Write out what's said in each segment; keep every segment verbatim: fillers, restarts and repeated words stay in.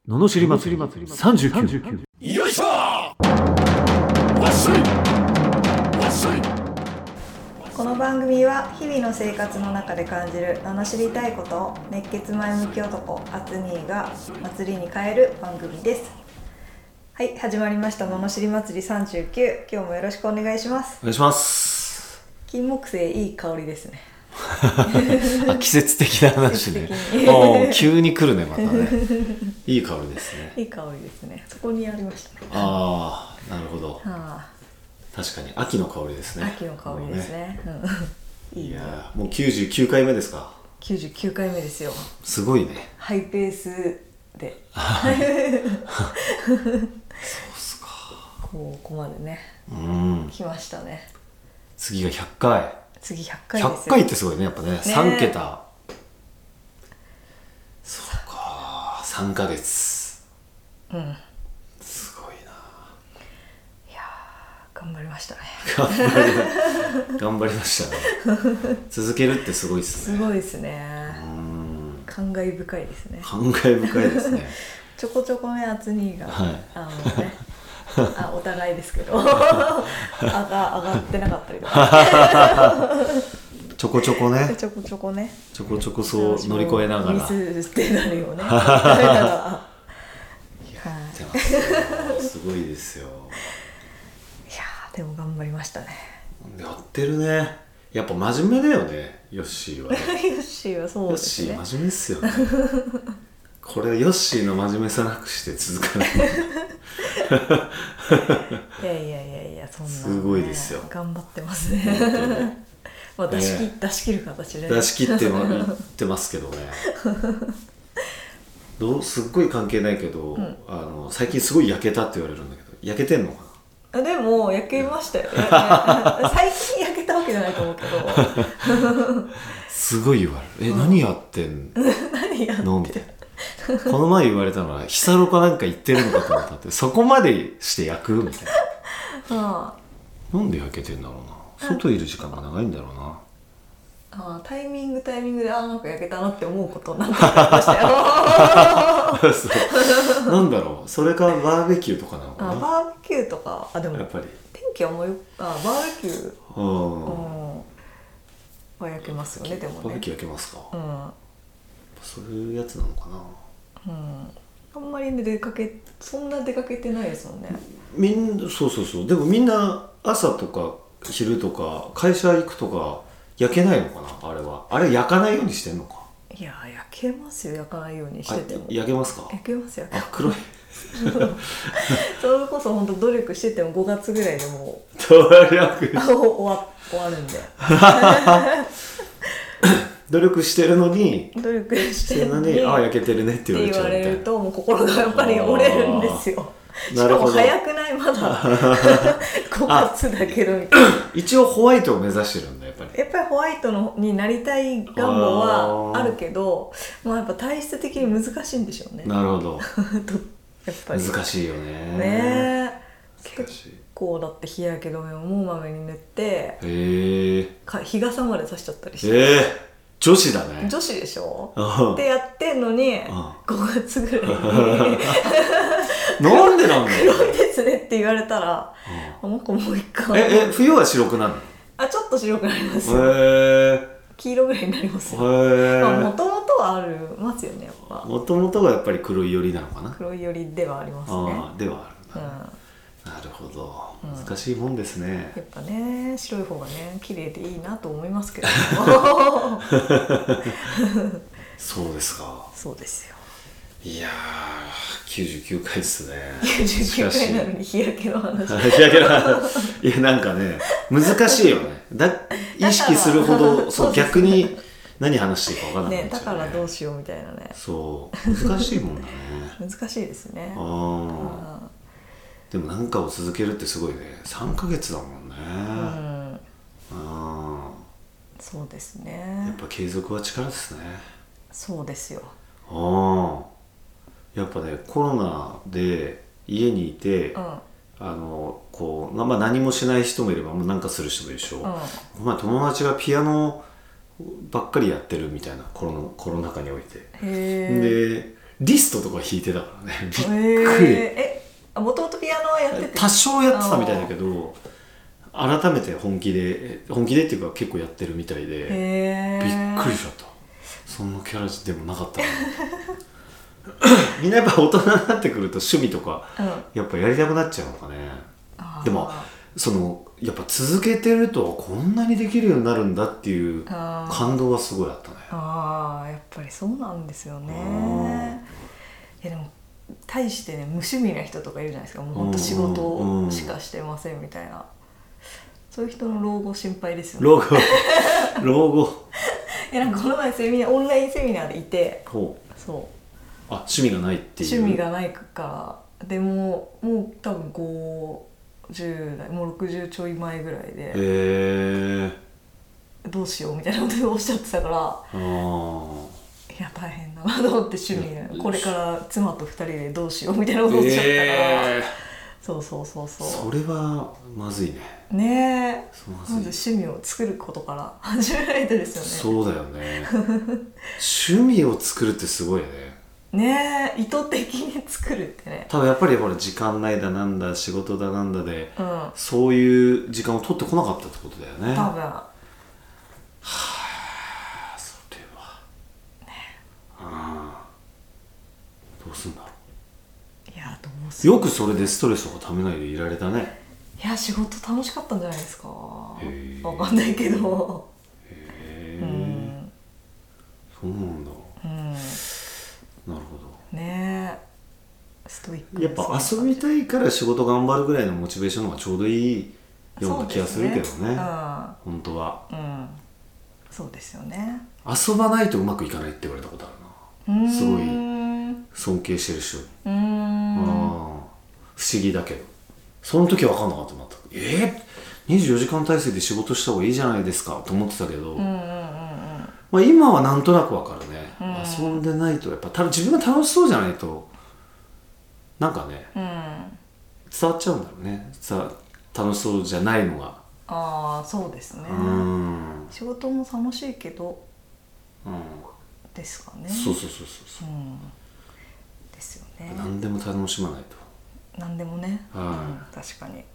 ののしり祭りさんじゅうきゅう。 よいしょわっしょいわっしょい。 この番組は日々の生活の中で感じる罵りたいことを熱血前向き男アツニーが祭りに変える番組です。はい、始まりました罵り祭りさんじゅうきゅう。今日もよろしくお願いします。 お願いします。 金木犀いい香りですね。 あ、季節的な話ね。お急に来るね、またね。いい香りですね。 いい香りですね。そこにありましたね。 ああ、なるほど。 はあ、 確かに秋の香りですね。 秋の香りですね。うん、いいね。 いやもうきゅうじゅうきゅうかいめですか。 きゅうじゅうきゅうかいめですよ。 すごいね。 ハイペースで。 そうっすか。 ここまでね。 うん。 来ましたね。 次がひゃっかい。 次ひゃっかいですよ。 ひゃっかいってすごいね、やっぱね。 ねさんけた。そうか。さんかげつ。 うん。 すごいな。 いやー、頑張りましたね。 頑張り頑張りましたね。続けるってすごいですね。 すごいですね。 うん。 感慨深いですね。 感慨深いですね。 ちょこちょこね、アツニーが、 はい、 あのね、あ、お互いですけど上が上がってなかったりとかちょこちょこねちょこちょこねちょこちょこそう乗り越えながらミスってなるよね。 やってますよ。すごいですよ。 いやー、でも頑張りましたね。 やってるね。やっぱ真面目だよね、ヨッシーは、ね、 ヨッシーはそうですね。 ヨッシー真面目っすよね。これはヨッシーの真面目さなくして続かない。 いやいやいやいや、そんな、ね、 すごいですよ。 頑張ってますね。まあ出し切、ね、出し切る形で、ね、 出し切っても言ってますけどね。どうすっごい関係ないけど、うん、あの最近すごい焼けたって言われるんだけど、焼けてんのかな。 あ、でも焼けましたよね。最近焼けたわけじゃないと思うけど。 すごい言われる。え、うん、何やってん何やってのみたいな。この前言われたのはヒサロかなんか言ってるのかと思ったって。そこまでして焼くみたいな。ああ、なんで焼けてんだろうな。外いる時間が長いんだろうな。 ああ、タイミングタイミングで、あ、なんか焼けたなって思うことなんかありましたよ。 なんだろう、それかバーベキューとかなのかな。 あ、バーベキューとか、あ、でもやっぱり天気はもう、あ、バーベキュー、うん、は焼けますよね。でもね、 バーベキュー焼けますか。うん、そういうやつなのかな。 うん、あんまりね、出かけそんな出かけてないですもんね。 みんなそうそうそう。でもみんな朝とか昼とか会社行くとか焼けないのかな。あれはあれ焼かないようにしてんのか。 いや、焼けますよ。焼かないようにしてても。 焼けますか。 焼けますよ。 あ、黒い。 それこそ本当努力しててもごがつぐらいでもう努力終わ終わるんで。 努力してるのに努力してるのにああ焼けてるねって言われちゃうみたいな。 言われるともう心がやっぱり折れるんですよ。しかも早くない、まだごがつだけどみたいな。 一応ホワイトを目指してるんだ。やっぱりやっぱりホワイトのになりたい願望はあるけど、まあやっぱ体質的に難しいんでしょうね。 なるほど。 やっぱり難しいよね。 ねえ、結構だって日焼け止めをもうまめに塗って、へえ、 日傘までさしちゃったりして。 えー、女子だね。 女子でしょ。ってやってんのにごがつぐらいになんでなんだよ。 黒いですねって言われたら、あ、なんかもう一回。 ええ、冬は白くなるの。 あ、ちょっと白くなりますよ。 へー、 黄色ぐらいになりますよ。 へー、 もともとはありますよね。やっぱもともとがやっぱり黒い寄りなのかな。 黒い寄りではありますね。 あ、ではあるんだ、うん、なるほど、難しいもんですね、 やっぱね、白い方がね綺麗でいいなと思いますけどそうですか。 そうですよ。 いやー、きゅうじゅうきゅうかいですね。 きゅうじゅうきゅうかいなのに日焼けの話。 日焼けの話。いや、なんかね、難しいよね。だ意識するほど、そう、逆に何話していいか分からない、ね。 ね、だからどうしようみたいなね。 そう、難しいもんだね。 難しいですね。 ああ。でもなんかを続けるってすごいね。さんかげつだもんね。うん。ああ。 そうですね。 やっぱ継続は力ですね。 そうですよ。 ああ。やっぱね、コロナで家にいて、うん、あのこう、まあ、何もしない人もいれば何かする人もいるでしょ、うん、まあ、友達がピアノばっかりやってるみたいな、コロナ、コロナ禍において。でリストとか弾いてたからね。びっくり。 えー、もともとピアノはやってて多少やってたみたいだけど改めて本気で本気でっていうか結構やってるみたいで、 へー、 びっくりしちゃった。そんなキャラでもなかったなみんなやっぱ大人になってくると趣味とか、うん、やっぱやりたくなっちゃうのかね。でもそのやっぱ続けてるとこんなにできるようになるんだっていう感動はすごいあったね。 ああ、やっぱりそうなんですよね。いやでも対してね無趣味な人とかいるじゃないですか。もうほんと仕事しかしてませんみたいな、そういう人の老後心配ですよね。 老後老後いやなんかこの前セミナーオンラインセミナーでいて、 ほう、 そう、 あ、趣味がないっていう。 趣味がないからでももう多分ごじゅう代もうろくじゅうちょい前ぐらいで、 へー、 どうしようみたいなことをおっしゃってたから、あいや大変だなと思って、趣味ね、これから妻とふたりでどうしようみたいなことをおっしゃったから、えー、そうそうそうそう、 それはまずいね。 ねえ、まず趣味を作ることから始めないとですよね。そうだよね趣味を作るってすごいよね。 ねえ、意図的に作るってね。 多分やっぱりほら時間ないだなんだ仕事だなんだで、うん、そういう時間を取ってこなかったってことだよね。 多分。 はあ、それはね、ああ、どうすんだろう。 いや、どうすんよくそれでストレスとかためないでいられたね。 いや、仕事楽しかったんじゃないですか。わかんないけど。 へえ、うん、そうなんだ。 うん、 なるほどねえ、ストイック。 やっぱ遊びたいから仕事頑張るぐらいのモチベーションがちょうどいいような気がするけどね、うん、本当は、うん、 そうですよね。 遊ばないとうまくいかないって言われたことあるな。すごい尊敬してる人。うーん、あ、不思議だけどその時は分かんなかった。またえー、にじゅうよじかん体制で仕事した方がいいじゃないですかと思ってたけど、うんうんうんうん、まあ、今はなんとなく分かるね、うん、遊んでないとやっぱた自分が楽しそうじゃないとなんかね、うん、伝わっちゃうんだろうね。さ、楽しそうじゃないのが。 ああ、そうですね、うん、仕事も楽しいけど、うん、ですかね。 そうそうそうそう、うん、 ですよね。 何でも楽しまないと。 何でもね、 はい、うん、 確かに、うん、は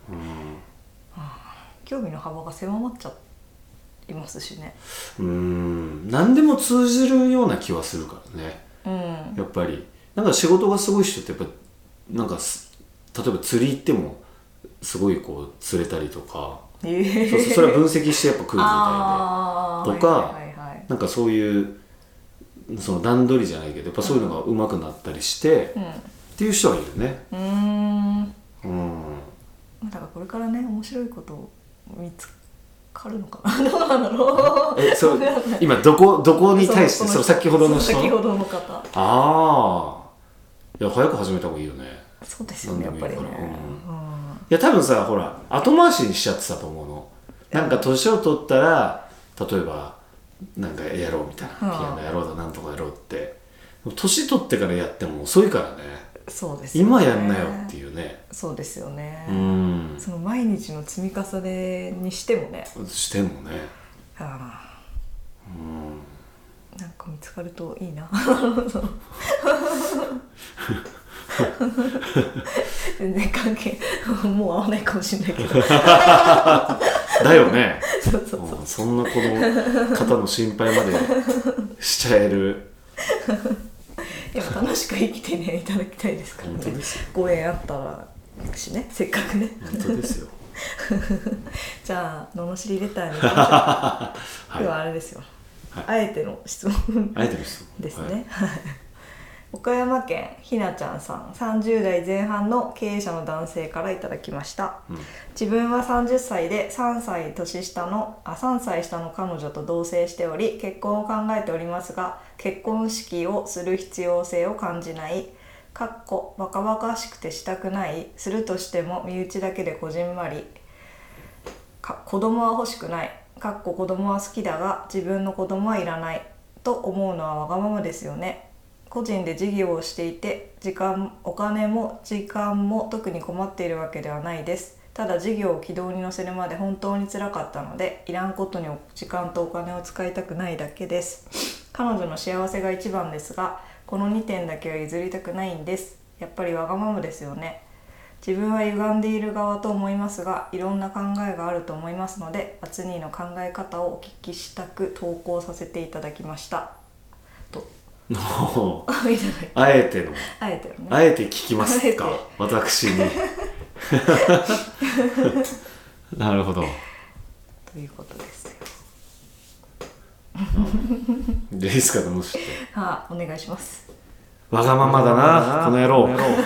あ、 興味の幅が狭まっちゃいますしね。 うーん、何でも通じるような気はするからね、うん、やっぱりなんか仕事がすごい人ってやっぱなんか例えば釣り行ってもすごいこう釣れたりとか、えー、そうそう、それは分析してやっぱ来るみたいでとか、はいはいはい、なんかそういうその段取りじゃないけどやっぱそういうのが上手くなったりして、うん、っていう人はいるね。うーん、 うん、だからこれからね面白いこと見つかるのかなどうなんだろう。 え、そう今どこどこに対してその先ほどの人、 先ほどの方、 ああ、いや早く始めた方がいいよね。 そうですよね、やっぱりね、うん、いや多分さ、ほら後回しにしちゃってたと思うの。なんか年を取ったら例えばなんかやろうみたいな、ピアノやろうだなんとかやろうって、年取ってからやっても遅いからね。 そうですよね、 今やんなよっていうね。 そうですよね、うん、その毎日の積み重ねにしてもねしてもね、はあ、うん、なんか見つかるといいな全然関係もう合わないかもしれないけどだよね。 そうそうそう、 そんなこの方の心配までしちゃえるいや楽しく生きてねいただきたいですからね。本当ですよ。ご縁あったらしね、せっかくね。 本当ですよじゃあ罵りレターに行きましょう、はい、今日はあれですよ、はい、あえての質問あえての質問ですね、はい、岡山県ひなちゃんさん、さんじゅう代前半の経営者の男性からいただきました、うん、自分はさんじゅっさいでさんさい年下のあさんさい下の彼女と同棲しており結婚を考えておりますが結婚式をする必要性を感じないかっこバカバカしくてしたくないするとしても身内だけでこじんまりか子供は欲しくないかっこ子供は好きだが自分の子供はいらないと思うのはわがままですよね。個人で事業をしていて時間お金も時間も特に困っているわけではないです。ただ事業を軌道に乗せるまで本当に辛かったのでいらんことに時間とお金を使いたくないだけです。彼女の幸せが一番ですがこのにてんだけは譲りたくないんです。やっぱりわがままですよね。自分は歪んでいる側と思いますが、いろんな考えがあると思いますので、アツニーの考え方をお聞きしたく投稿させていただきましたと。 あえてのあえてのねあえて聞きますか、私になるほどということですよ。 レイスカ楽しいってはあ、お願いします。 わがままだなこの野郎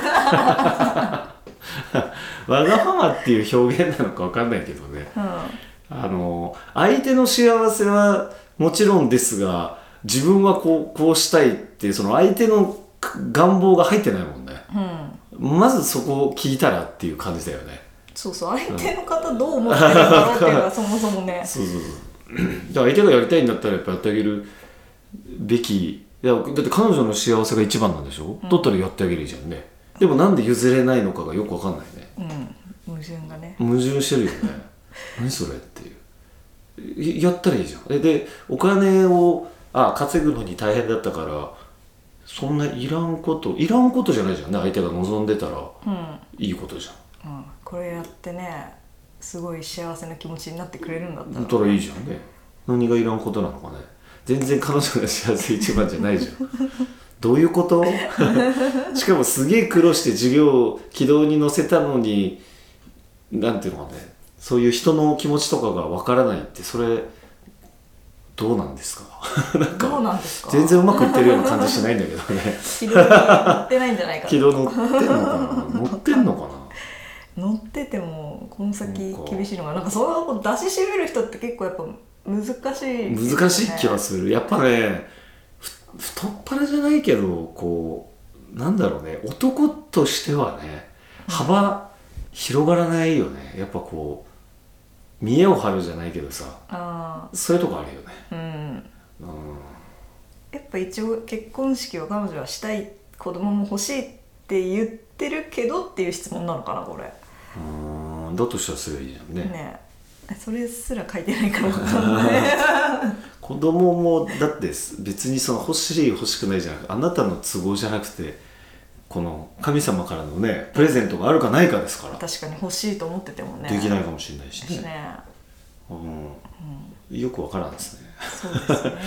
わがままっていう表現なのかわかんないけどね、うん、あの相手の幸せはもちろんですが、自分はこう、こうしたいってその相手の願望が入ってないもんね、うん、まずそこを聞いたらっていう感じだよね。 そうそう、相手の方どう思ってるんだろうっていうのがそもそもねそうそうそうだから相手がやりたいんだったらやっぱやってあげるべき。いやだって彼女の幸せが一番なんでしょ、うん、だったらやってあげるじゃんね。でもなんで譲れないのかがよくわかんないね、 うん、矛盾がね矛盾してるよね何それっていうやったらいいじゃん。で、でお金をあ稼ぐのに大変だったからそんないらんこといらんことじゃないじゃんね。相手が望んでたら、うん、いいことじゃん、 うん、これやってねすごい幸せな気持ちになってくれるんだったら、 だったらいいじゃんね。何がいらんことなのかね。全然彼女が幸せ一番じゃないじゃんどういうことしかもすげえ苦労して授業を軌道に乗せたのになんていうのかね、そういう人の気持ちとかがわからないって、それどうなんですかなんかどうなんですか、 全然うまくいってるような感じしないんだけどね軌道に乗ってないんじゃないかな軌道乗ってんのかな乗ってんのかな乗っててもこの先厳しいのがなんかそういう出し締める人って結構やっぱ難しい、ね、 難しい気はする。やっぱね太っ腹じゃないけどこうなんだろうね、男としてはね幅広がらないよね。やっぱこう見栄を張るじゃないけどさ、あそういうとこあるよね、うんうん、 やっぱ一応結婚式を彼女はしたい、子供も欲しいって言ってるけどっていう質問なのかなこれ。 うんだとしたらすごいいいじゃんね。 ねそれすら書いてないから子供もだって別にその欲しい欲しくないじゃなくて、あなたの都合じゃなくてこの神様からのねプレゼントがあるかないかですから。 確かに欲しいと思っててもねできないかもしれないしね、 ね、 うんうん、よくわからんですね。 そうですね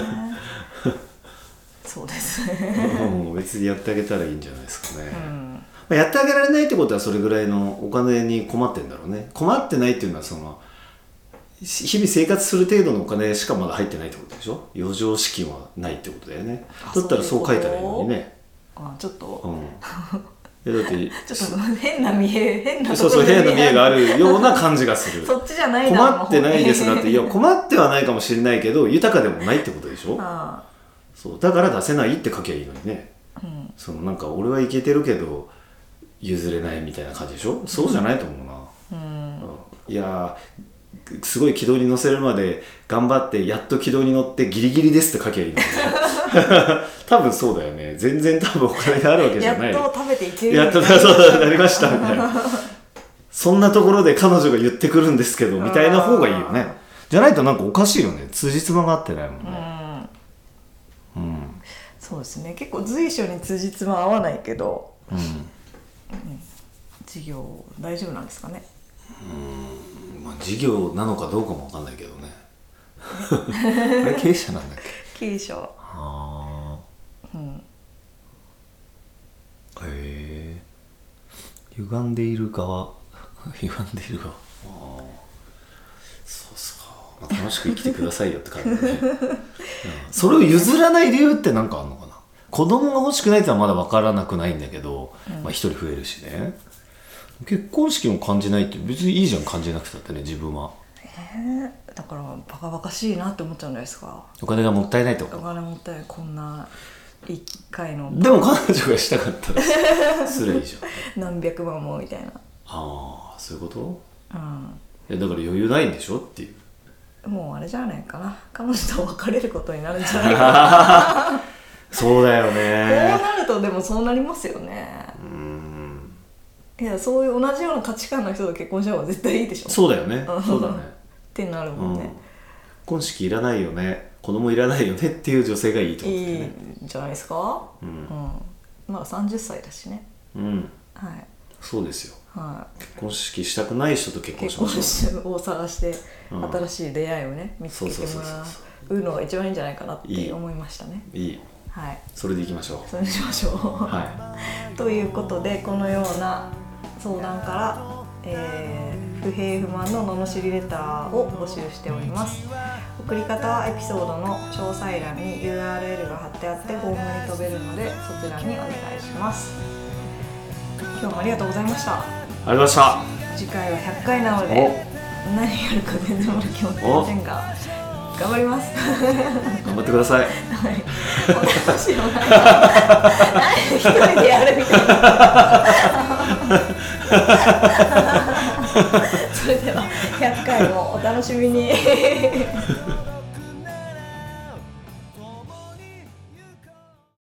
そうですねうん、別にやってあげたらいいんじゃないですかね、うんまあ、やってあげられないってことはそれぐらいのお金に困ってんだろうね。困ってないっていうのはその日々生活する程度のお金しかまだ入ってないってことでしょ。余剰資金はないってことだよね。だったらそう書いたらいいのにね。 あちょっと、 うん、いやだってちょっと変な見え変なところそうそう変な見えがあるような感じがするそっちじゃないな困ってないですだっていや困ってはないかもしれないけど豊かでもないってことでしょ。あそうだから出せないって書きゃいいのにね、うん、そのなんか俺はイケてるけど譲れないみたいな感じでしょ。そうじゃないと思うな、うんうん、いやすごい軌道に乗せるまで頑張ってやっと軌道に乗ってギリギリですって書きゃいいのね多分そうだよね。全然多分お金があるわけじゃない。 やっと食べていけるやっとそうなりましたみたいなそんなところで彼女が言ってくるんですけどみたいな方がいいよね。じゃないとなんかおかしいよね。辻褄が合ってないもんね。うん、うん、 そうですね。結構随所に辻褄合わないけど、うんうん、授業大丈夫なんですかね。 うん、まあ、授業なのかどうかも分かんないけどねあれ経営者なんだっけ。経営者。 はあ、うん、へえ歪んでいる側歪んでいる側。ああそうっすか、まあ、楽しく生きてくださいよって感じだね、うん、それを譲らない理由って何かあんのかな。子供が欲しくないってのはまだ分からなくないんだけど、うん、まあ一人増えるしね。結婚式も感じないって別にいいじゃん。感じなくたってね自分は。 えー、だからバカバカしいなって思っちゃうんじゃないですか。 お金がもったいないってこと。 お金もったいない。こんないっかいのでも彼女がしたかったらすればいいじゃん何百万もみたいな。 ああそういうこと。 うん。 いやだから余裕ないんでしょっていう。もうあれじゃないかな。彼女と別れることになるんじゃないかなそうだよね。 こうなるとでもそうなりますよね。うん。いやそういう同じような価値観の人と結婚した方が絶対いいでしょ。 そうだよね。そうだねってなるもんね、うん、 結婚式いらないよね。 子供いらないよねっていう女性がいいと思うんですよね。 いいんじゃないですか。 うん、 うん、まださんじゅっさいだしね。 うん、 はい。 そうですよ。 はい、 結婚式したくない人と結婚しましょう。 結婚を探してうん新しい出会いをね見つけてもらうのが一番いいんじゃないかなって思いましたね。 いい、 はい、 それでいきましょう。 それにしましょう。 はい、 ということでこのような相談から、えー、不平不満の罵りレターを募集しております。送り方はエピソードの詳細欄に ユーアールエル が貼ってあってフォームに飛べるのでそちらにお願いします。今日もありがとうございました。 ありがとうございま次回はひゃっかいなので何やるか全然まだ決まってませんが頑張ります。 頑張ってください。はい、 お楽しみもない一人でやるみたいな。それではひゃっかいもお楽しみに。